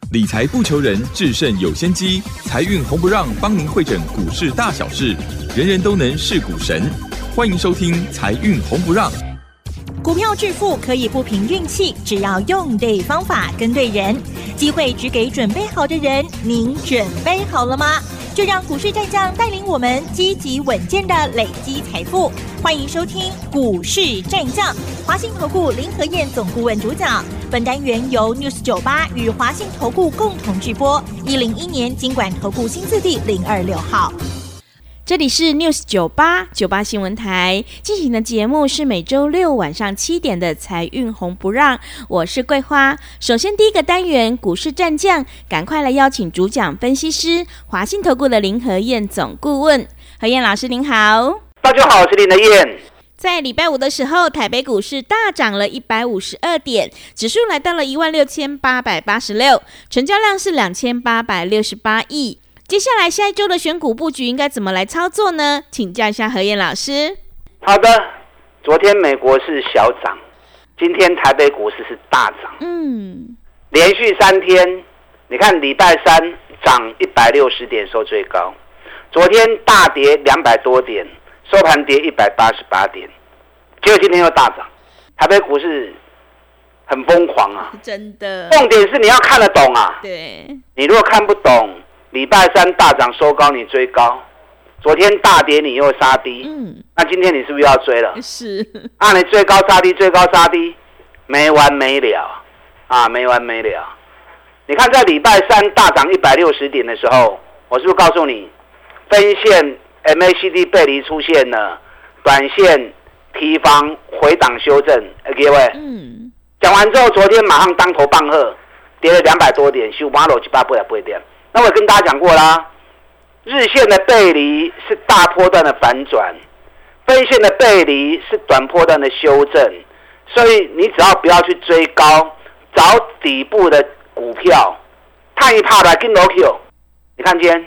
理财不求人，制胜有先机。财运红不让，帮您会诊股市大小事，人人都能是股神。欢迎收听《财运红不让》。 股票致富可以不凭运气，只要用对方法，跟对人。机会只给准备好的人，您准备好了吗？就让股市战将带领我们积极稳健的累积财富。欢迎收听股市战将，华信投顾林和彥总顾问主讲。本单元由 News 98与华信投顾共同制播，101年金管投顾新字第026号。 这里是 News 98新闻台进行的节目是每周六晚上7点的财运红不让，我是桂花。首先第一个单元股市战将，赶快来邀请主讲分析师华信投顾的林和彥总顾问。和彥老师您好。 大家好，我是林和彥。 在礼拜五的时候，台北股市大涨了152点，指数来到了16886，成交量是2868亿。接下来下一周的选股布局应该怎么来操作呢？请教一下和彥老师。 好的，昨天美国是小涨，今天台北股市是大涨。连续3天，你看礼拜三涨160点收最高，昨天大跌200多点，收盘跌188点，结果今天又大涨。台北股市很疯狂啊， 真的。 重点是你要看得懂啊。 对，你如果看不懂，礼拜三大涨收高你追高，昨天大跌你又杀低，那今天你是不是要追了？ 是啊，你追高杀低，追高杀低，没完没了啊，没完没了。你看在礼拜三大涨160点的时候，我是不是告诉你，分线 MACD 背离出现了，短线提防回档修正，各位，讲完之后，昨天马上当头棒喝，跌了200多点，收盘落188点。那我也跟大家讲过啦，日线的背离是大波段的反转，分线的背离是短波段的修正，所以你只要不要去追高，找底部的股票，探一趴来跟楼 Q。你看今天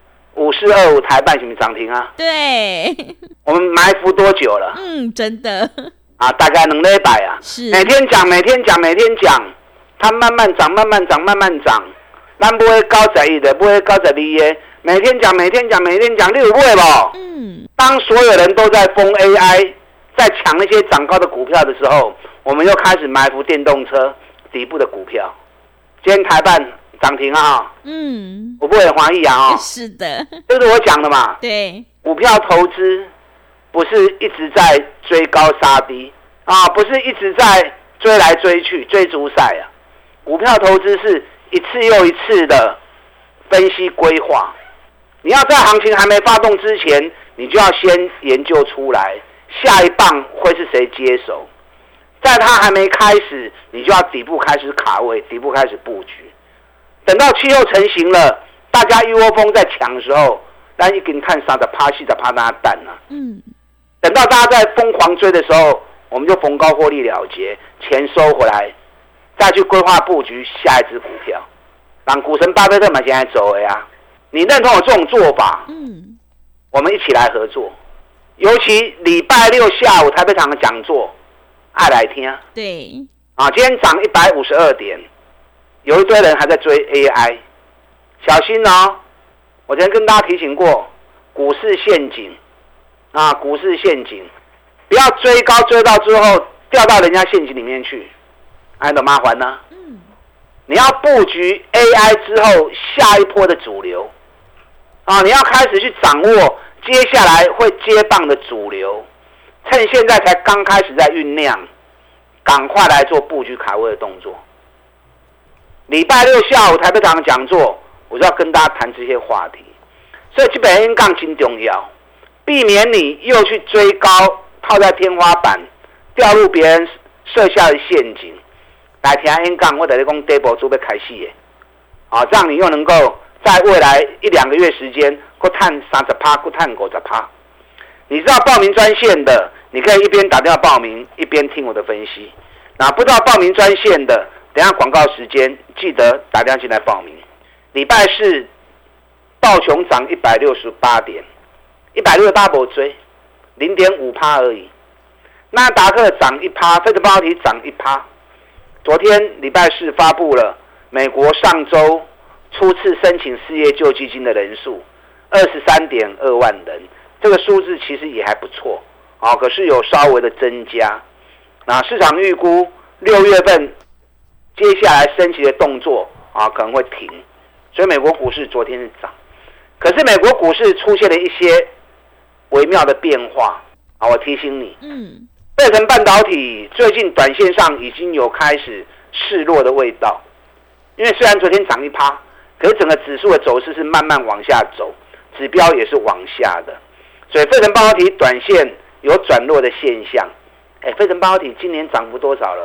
5425台半是不是涨停啊？ 对， 我们埋伏多久了？ 真的啊，大概2礼拜啊， 是每天讲，它慢慢涨，慢慢涨。咱不会高100亿的，不会高120亿的，每天讲，你有买不？当所有人都在疯 AI， 在抢那些涨高的股票的时候，我们又开始埋伏电动车底部的股票。今天台半涨停啊！我不会很怀疑啊！ 是的， 这是我讲的嘛？ 对， 股票投资不是一直在追高杀低啊，不是一直在追来追去追逐赛啊。股票投资是一次又一次的分析规划，你要在行情还没发动之前，你就要先研究出来下一棒会是谁接手，在它还没开始，你就要底部开始卡位，底部开始布局。等到气候成型了，大家一窝蜂在抢的时候，咱已经看30%、40%那蛋了。等到大家在疯狂追的时候，我们就逢高获利了结，钱收回来。再去规划布局下一支股票，让股神巴菲特嘛现在走的啊！你认同我这种做法？我们一起来合作。尤其礼拜六下午台北场的讲座，爱来听。 对啊，今天涨152点，有一堆人还在追 AI， 小心哦！我昨天跟大家提醒过，股市陷阱啊，股市陷阱，不要追高追到之后掉到人家陷阱里面去。还有麻烦呢？你要布局 AI 之后下一波的主流啊！你要开始去掌握接下来会接棒的主流，趁现在才刚开始在酝酿，赶快来做布局卡位的动作。礼拜六下午台北场的讲座，我就要跟大家谈这些话题，所以基本上杠精重要，避免你又去追高，套在天花板，掉入别人设下的陷阱。来听演讲，我跟你讲，底部准备开始的，啊，这样你又能够在未来1-2个月时间，够赚30%，够赚50%。你知道报名专线的，你可以一边打电话报名，一边听我的分析。那不知道报名专线的，等一下广告时间记得打电话进来报名。礼拜四道琼涨168点，168没追，0.5% 而已。纳达克涨1%，费城半导体涨1%。昨天礼拜四发布了美国上周初次申请失业救济金的人数23.2万人，这个数字其实也还不错啊，可是有稍微的增加。那市场预估6月份接下来升息的动作啊可能会停，所以美国股市昨天是涨。可是美国股市出现了一些微妙的变化啊，我提醒你，费城半导体最近短线上已经有开始示弱的味道，因为虽然昨天涨1%，可是整个指数的走势是慢慢往下走，指标也是往下的，所以费城半导体短线有转弱的现象。费城半导体今年涨幅多少了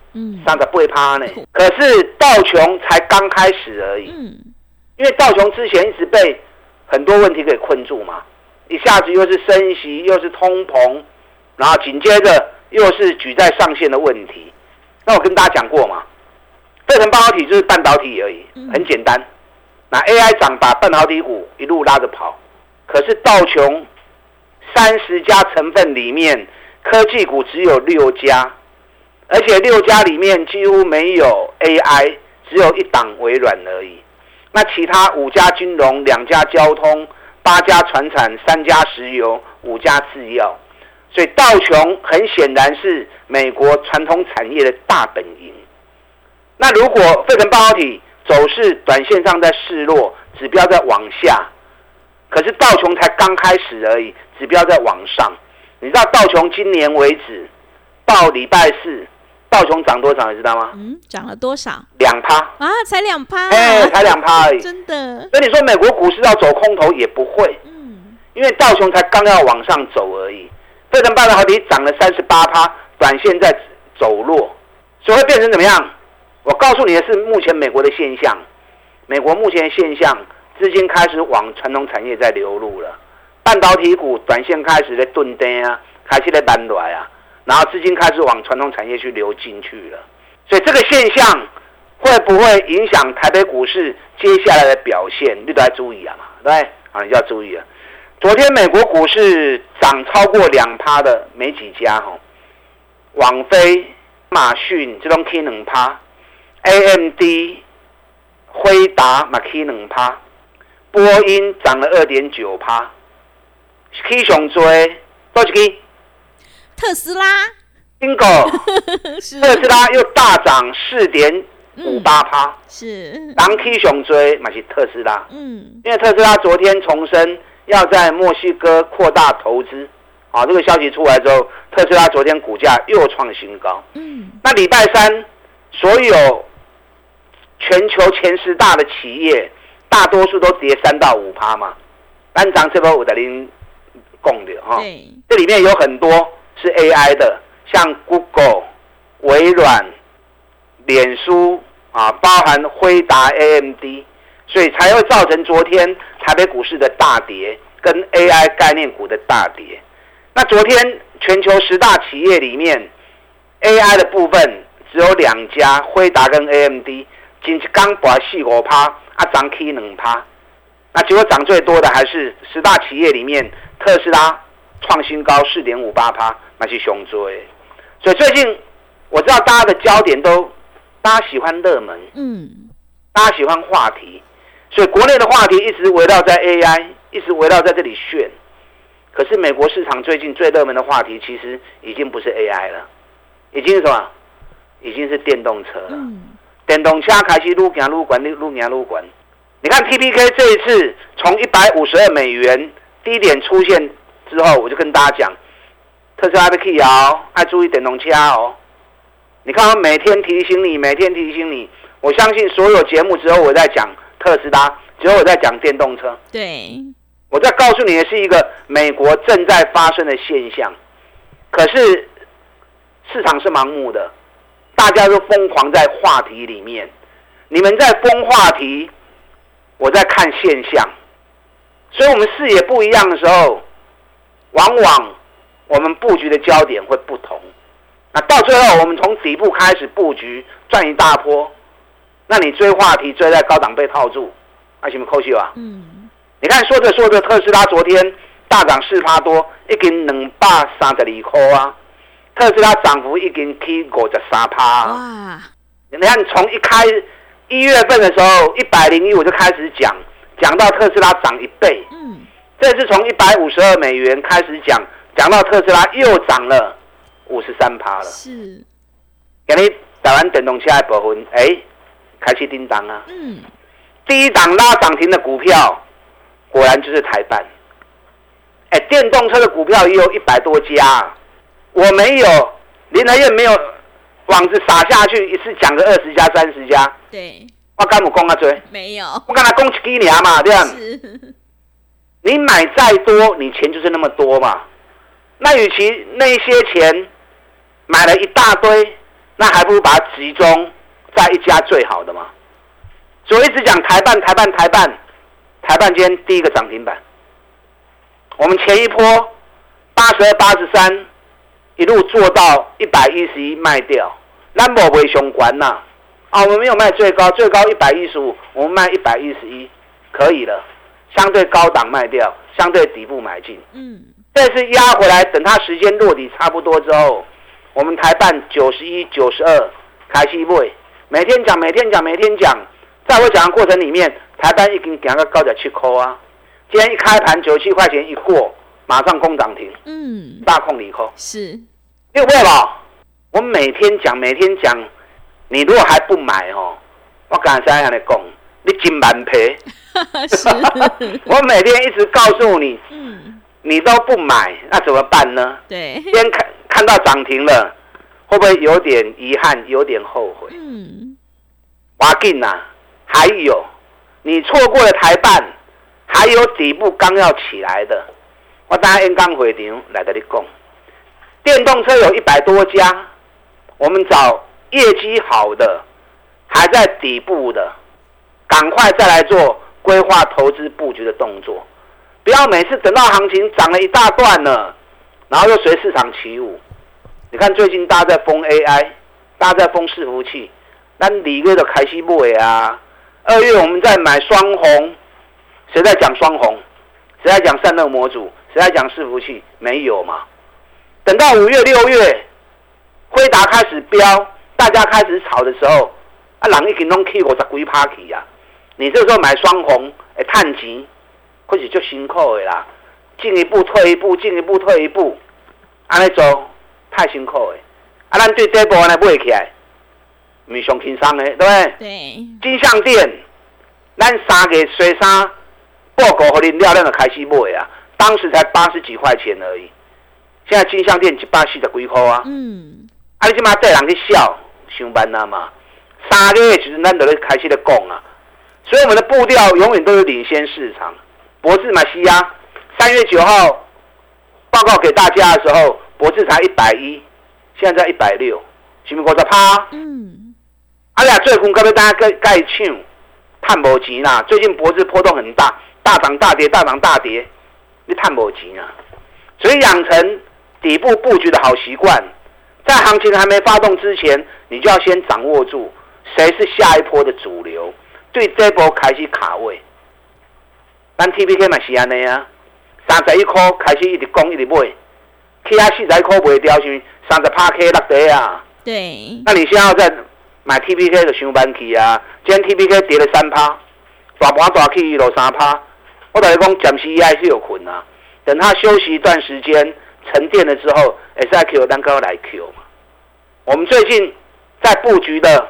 ？38%呢。可是道琼才刚开始而已。因为道琼之前一直被很多问题给困住嘛，一下子又是升息，又是通膨，然后紧接着又是举债上限的问题。那我跟大家讲过嘛，费城半导体就是半导体而已，很简单。那 AI 涨把半导体股一路拉着跑，可是道琼30家成分里面，科技股只有6家，而且6家里面几乎没有 AI， 只有一档微软而已。那其他5家金融、2家交通、8家传产、3家石油、5家制药，所以道琼很显然是美国传统产业的大本营。那如果费城半导体走势短线上在示弱，指标在往下，可是道琼才刚开始而已，指标在往上。你知道道琼今年为止到礼拜四，道琼涨多少？你知道吗？ 涨了多少 ？2% 啊，才2%， 才2%而已， 真的。 所以你说美国股市要走空头也不会，因为道琼才刚要往上走而已。费城半导体涨了38%，短线在走弱，所以会变成怎么样？我告诉你的是目前美国的现象，美国目前的现象，资金开始往传统产业在流入了，半导体股短线开始在钝跌啊，开始在搬来啊，然后资金开始往传统产业去流进去了，所以这个现象会不会影响台北股市接下来的表现？你都要注意啊嘛，对不对？啊，你就要注意了。昨天美国股市涨超过2%的没几家哈，网飞、亚马逊这种起2%，AMD、辉达嘛起2%，波音涨了2.9%，起上最多一支特斯拉。 bingo， 特斯拉又大涨4.58%， 是， 当起上最嘛是特斯拉，因为特斯拉昨天重申要在墨西哥扩大投资，这个消息出来之后，特斯拉昨天股价又创新高。那礼拜三所有全球前10大的企业，大多数都跌3到5%嘛。单涨这波我的您供的哈，这里面有很多是 AI 的，像 Google、微软、脸书包含辉达、AMD， 所以才会造成昨天台北股市的大跌，跟 AI 概念股的大跌。那昨天全球10大企业里面 ，AI 的部分只有2家，辉达跟 AMD， 仅一刚拔4-5%，涨起2%。那结果涨最多的还是10大企业里面，特斯拉创新高4.58%，那是上多的。所以最近我知道大家的焦点都，大家喜欢热门，大家喜欢话题，所以国内的话题一直围绕在 AI， 一直围绕在这里炫。可是美国市场最近最热门的话题，其实已经不是 AI 了，已经是什么？已经是电动车了。电动车开始愈行愈悬，愈行愈悬。你看 TPK 这一次从$152低点出现之后，我就跟大家讲，特斯拉要起哦，要注意电动车哦。你看我每天提醒你，每天提醒你，我相信所有节目只有我在讲特斯拉，只有我在讲电动车。 对， 我在告诉你的是一个美国正在发生的现象，可是市场是盲目的，大家都疯狂在话题里面，你们在疯话题，我在看现象，所以我们视野不一样的时候，往往我们布局的焦点会不同。那到最后，我们从底部开始布局，赚一大波，那你追话题追在高档被套住，是不是扣球啊？你看说着说着，特斯拉昨天大涨4%多，已经232块啊！特斯拉涨幅已经起53%。哇！你看从一开 1月份的时候101我就开始讲到特斯拉涨1倍。这次从152美元开始讲到特斯拉又涨了53%了。 是。 今日台湾电动车的部分，开始叮当啊。第一档拉涨停的股票，果然就是台半。电动车的股票也有100多家，我没有林和燕没有网子撒下去，一次讲个20家30家。 对。 我敢有讲啊多？ 没有。 我跟他讲1支尔嘛，对吧？你买再多，你钱就是那么多嘛。那与其那些钱买了一大堆，那还不如把它集中在一家最好的嘛。所以我一直讲台半今天第一个涨停板。我们前一波82、83一路做到111卖掉，咱没卖上悬呐。我们没有卖最高115，我们卖111，可以了。相对高档卖掉，相对底部买进。这次压回来，等它时间落底差不多之后，我们台半91、92开始买，每天讲，在我讲的过程里面，台半已经涨到97块啊。今天一开盘97块钱一过，马上攻涨停，大空离空。 是， 因为为了我每天讲，你如果还不买我刚才跟你讲，你真蛮赔。我每天一直告诉你，你都不买，那怎么办呢？ 对， 今天看到涨停了，会不会有点遗憾，有点后悔？要紧啊，还有你错过了台半。还有底部刚要起来的，我等下演讲会场来跟你讲。电动车有100多家，我们找业绩好的，还在底部的，赶快再来做规划投资布局的动作，不要每次等到行情涨了一大段了，然后又随市场起舞。你看最近大家在疯 AI， 大家在疯伺服器，咱2月就开始买啊，2月我们在买双红。谁在讲双红？谁在讲散热模组？谁在讲伺服器？没有嘛？等到5月、6月，辉达开始飙，大家开始炒的时候，人已经都起50几%去啊！你这时候买双红，赚钱，可是就辛苦的啦。进一步退一步，进一步退一步，安尼做太辛苦的。咱对这波呢买起来，不是上轻松的，对不对？ 对。 金像店，咱3月初3。报告和您料就开始买啊，当时才80几块钱而已，现在金像店140几块啊。你这马带人去笑，上班了嘛？3个月其实咱就开始在讲啊，所以我们的步调永远都是领先市场。博智马西亚3月9号报告给大家的时候，博智才110，现在在160，是不是50%？最近可不可以大家该抢，赚无钱啦？最近博智波动很大。大涨大跌，大涨大跌，你赚不钱啊！所以养成底部布局的好习惯，在行情还没发动之前，你就要先掌握住谁是下一波的主流，对这波开始卡位。咱 TPK 嘛是安尼啊，31块开始一直攻一直买，起啊41块卖掉，是30%K 落地啊。 对。 那你现在要再买 TPK 的上班期啊，今天 TPK 跌了3%，大盘大起落3%。我跟你讲，暂时还是有困啊。等它休息一段时间，沉淀了之后，再 Q 单高来 Q 嘛。我们最近在布局的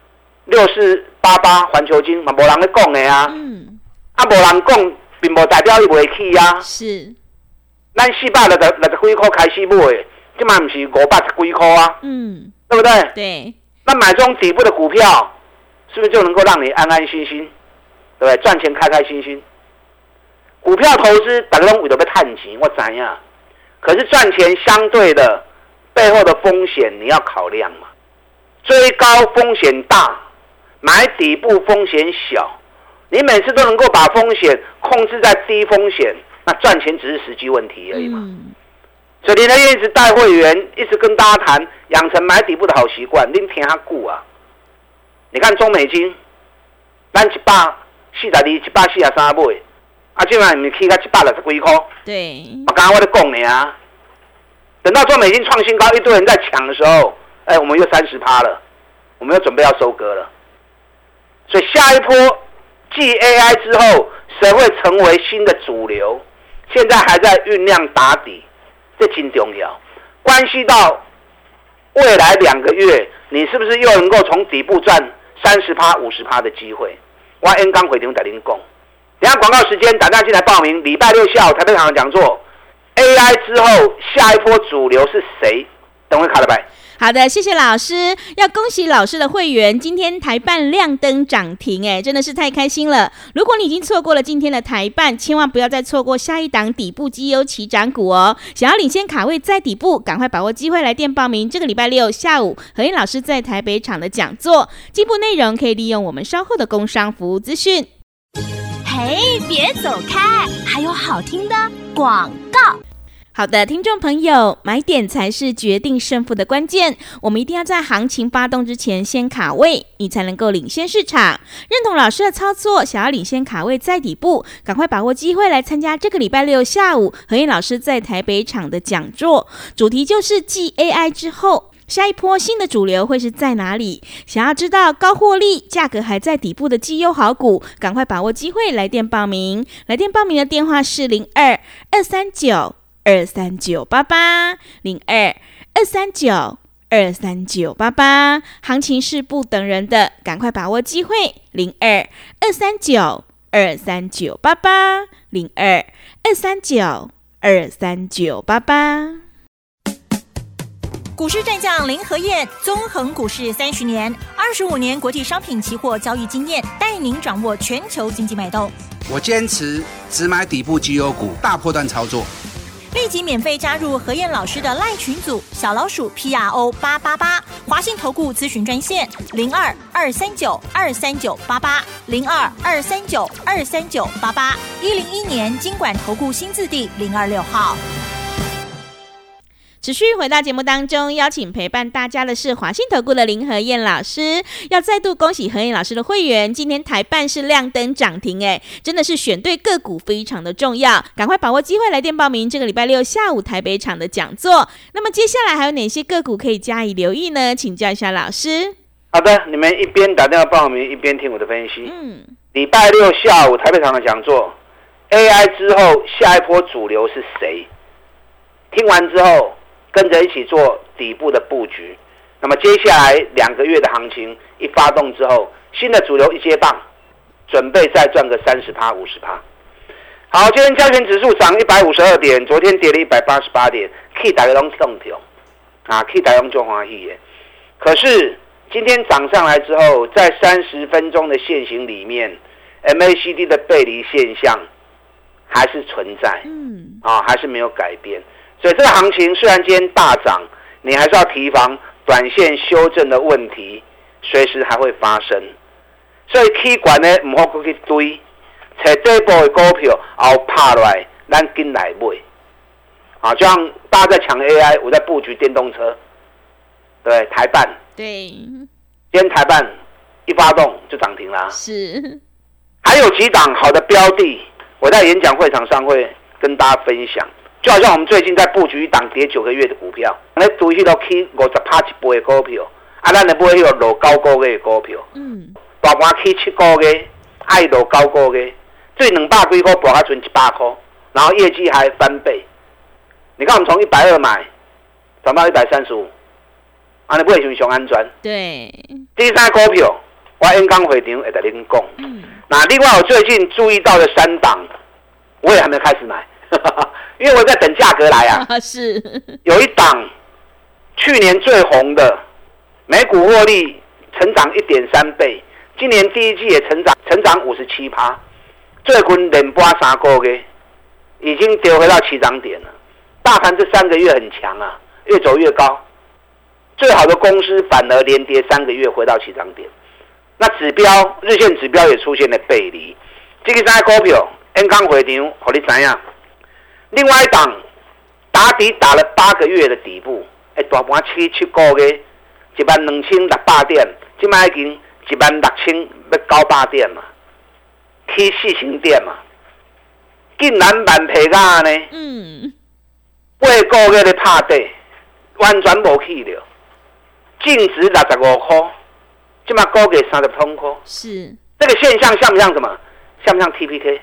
6488环球金嘛，没人在讲的啊。没人讲，并不代表伊袂起啊。 是。 咱460几块开始买，这嘛不是500几块啊。对不对？ 对。 那买这种底部的股票，是不是就能够让你安安心心，对不对？赚钱开开心心。股票投资大家都为了要赚钱，我知道。可是赚钱相对的背后的风险你要考量嘛。追高风险大，买底部风险小。你每次都能够把风险控制在低风险，那赚钱只是时机问题而已嘛。所以林和燕一直带会员，一直跟大家谈，养成买底部的好习惯。您听他顾啊，你看中美金，咱142、143买。今晚你起到160几块， 对， 我刚刚我在讲你啊。等到中美金创新高，一堆人在抢的时候，我们又30%了，我们又准备要收割了。 所以下一波继 AI 之后，谁会成为新的主流？现在还在酝酿打底，这很重要，关系到未来2个月，你是不是又能够从底部赚30%、50%的机会？我N刚回头在您讲，等一下广告时间，打电话进来报名。礼拜6下午台北场讲座 ，AI 之后下一波主流是谁？等会卡了拜。 好的，谢谢老师。要恭喜老师的会员，今天台半亮灯涨停，真的是太开心了。如果你已经错过了今天的台半，千万不要再错过下一档底部绩优起涨股哦。想要领先卡位在底部，赶快把握机会来电报名。这个礼拜6下午，何燕老师在台北场的讲座，进一步内容可以利用我们稍后的工商服务资讯。 嘿，别走开，还有好听的广告。 好的，听众朋友，买点才是决定胜负的关键。我们一定要在行情发动之前先卡位，你才能够领先市场。认同老师的操作，想要领先卡位在底部，赶快把握机会来参加这个礼拜6下午何燕老师在台北场的讲座，主题就是继 AI 之后，下一波新的主流会是在哪里？想要知道高获利、价格还在底部的绩优好股，赶快把握机会来电报名。来电报名的电话是02-239-23988，02-239-23988。行情是不等人的，赶快把握机会。02-239-23988，02-239-23988。 股市战将林和彥，纵横股市30年，25年国际商品期货交易经验，带您掌握全球经济脉动。 我坚持只买底部绩优股，大波段操作。 立即免费加入何燕老师的赖群组，小老鼠 PRO888，华信投顾咨询专线02-239-23988，02-239-23988，101年金管投顾新字第026号。 持续回到节目当中，邀请陪伴大家的是华信投顾的林和彥老师。要再度恭喜和彥老师的会员，今天台半是亮灯涨停，真的是选对个股非常的重要，赶快把握机会来电报名这个礼拜6下午台北场的讲座。那么接下来还有哪些个股可以加以留意呢？请教一下老师。 好的，你们一边打电话报名，一边听我的分析。礼拜6下午台北场的讲座 ，AI 之后下一波主流是谁？听完之后，跟着一起做底部的布局。那么接下来2个月的行情一发动之后，新的主流一接棒，准备再赚个30%、50%。好，今天加权指数涨152点，昨天跌了188点，可以大家都动掉啊，可以大家都欢喜耶。可是今天涨上来之后，在30分钟的线型里面 ，MACD 的背离现象还是存在，还是没有改变。所以这个行情虽然今天大涨，你还是要提防短线修正的问题，随时还会发生。所以起管呢，唔好去追，找底部的股票，后拍落来，咱紧来买。啊，就像大家在抢 AI， 我在布局电动车，对，台半， 对， 今天台半一发动就涨停啦。 是， 还有几档好的标的，我在演讲会场上会跟大家分享。就好像我们最近在布局一档跌9个月的股票，那追迄个起50%一倍的股票，咱就买迄个落9个月的股票，大盘起7个月，爱落9个月，最200几块博到剩100块，然后业绩还翻倍。你看我们从120买，涨到135，你不会想上安全？ 对。 第三股票，我演讲会场会跟您讲。那另外我最近注意到的3档，我也还没开始买。因为我在等价格来啊。 是。 有一档去年最红的，每股获利成长1.3倍，今年第一季也成长57%，最近连播3个月，已经跌回到起涨点了。大盘这3个月很强啊，越走越高。最好的公司反而连跌3个月回到起涨点。那指标日线指标也出现了背离。这个3个股票，演讲会场，让你知道。另外一档打底打了8个月的底部，大盘起7个月，12600点，现在已经16900点嘛，起4000点嘛，竟然慢皮价呢？8个月的拍底，完全无去了，净值65块，现在高给30通块， 是这个现象像不像什么？像不像 TPK？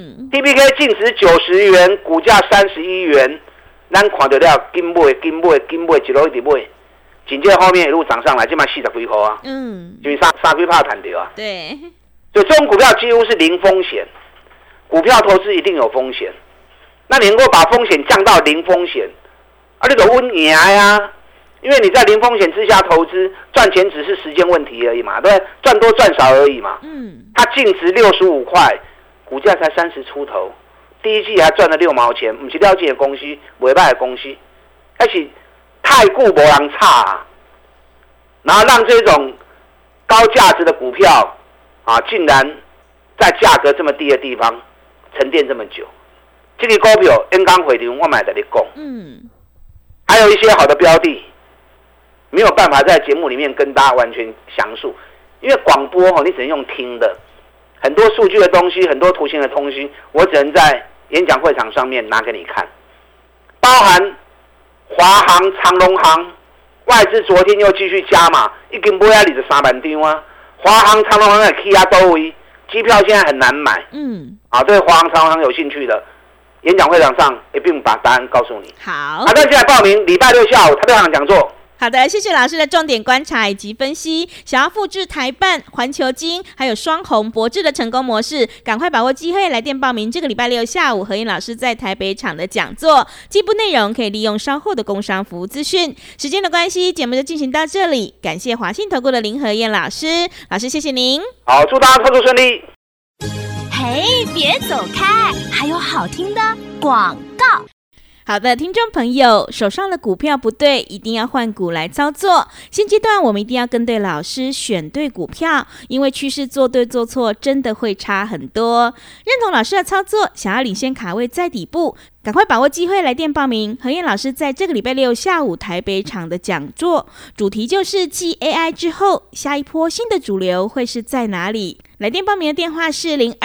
TPK 净值90元，股价31元，咱看到了金买，一路一直买，紧接着后面一路涨上来，现在40几块啊，因为三几趴弹掉啊。 对， 所以这种股票几乎是零风险，股票投资一定有风险，那你能够把风险降到零风险，你就稳赢呀。因为你在零风险之下投资，赚钱只是时间问题而已嘛，对不对？赚多赚少而已嘛。它净值65块，股价才30出头，第一季还赚了6毛钱，不是了解的公司，不错的公司，而且太固没人差啊。然后让这种高价值的股票啊，竟然在价格这么低的地方沉淀这么久。这个股票演讲会场我买的你讲，还有一些好的标的。没有办法在节目里面跟大家完全详述，因为广播你只能用听的，很多数据的东西，很多图形的东西，我只能在演讲会场上面拿给你看，包含华航、长荣航，外资昨天又继续加码，已经买啊23万张啊，华航、长荣航的 K 啊都位，机票现在很难买，对华航、长荣航有兴趣的，演讲会场上一并把答案告诉你。 好， 那现在报名礼拜6下午台北场讲座。 好的，谢谢老师的重点观察以及分析。想要复制台办、环球金还有双红、博智的成功模式，赶快把握机会，来电报名这个礼拜6下午何燕老师在台北场的讲座。进一步内容可以利用稍后的工商服务资讯。时间的关系，节目就进行到这里。感谢华信投顾的林何燕老师，老师谢谢您。 好，祝大家操作顺利。 嘿，别走开，还有好听的广告。 好的，听众朋友，手上的股票不对，一定要换股来操作。现阶段我们一定要跟对老师，选对股票，因为趋势做对做错真的会差很多。认同老师的操作，想要领先卡位在底部，赶快把握机会来电报名。何燕老师在这个礼拜6下午台北场的讲座，主题就是继 AI 之后，下一波新的主流会是在哪里？来电报名的电话是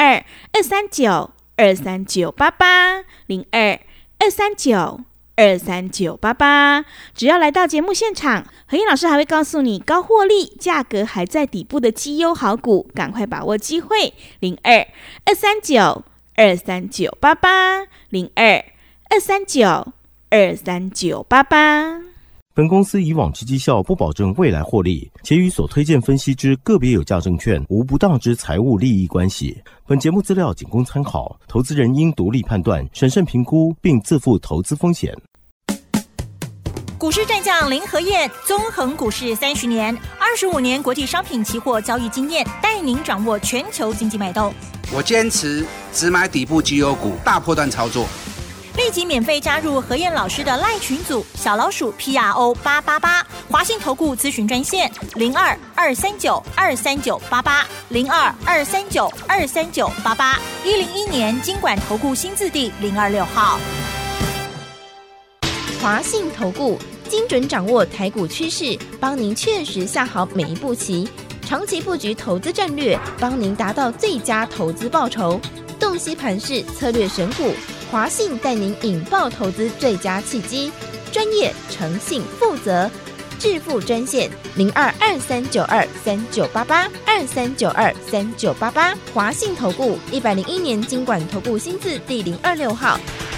02-239-23988，02-239-23988。只要来到节目现场，何燕老师还会告诉你高获利、价格还在底部的绩优好股，赶快把握机会。02-239-23988，02-239-23988。 本公司以往之绩效不保证未来获利，且与所推荐分析之个别有价证券无不当之财务利益关系。本节目资料仅供参考，投资人应独立判断、审慎评估，并自负投资风险。 股市战将林和燕，纵横股市30年，25年国际商品期货交易经验，带您掌握全球经济脉动。 我坚持只买底部绩优股，大波段操作。 立即免费加入何燕老师的LINE群组，小老鼠 PRO888，华信投顾咨询专线02-239-23988，02-239-23988，101年金管投顾新字第026号。 华信投顾精准掌握台股趋势，帮您确实下好每一步棋，长期布局投资战略，帮您达到最佳投资报酬。洞悉盘势，策略选股，华信带您引爆投资最佳契机，专业、诚信、负责，致富专线02-2392-3988，2392-3988，华信投顾101年金管投顾新字第026号。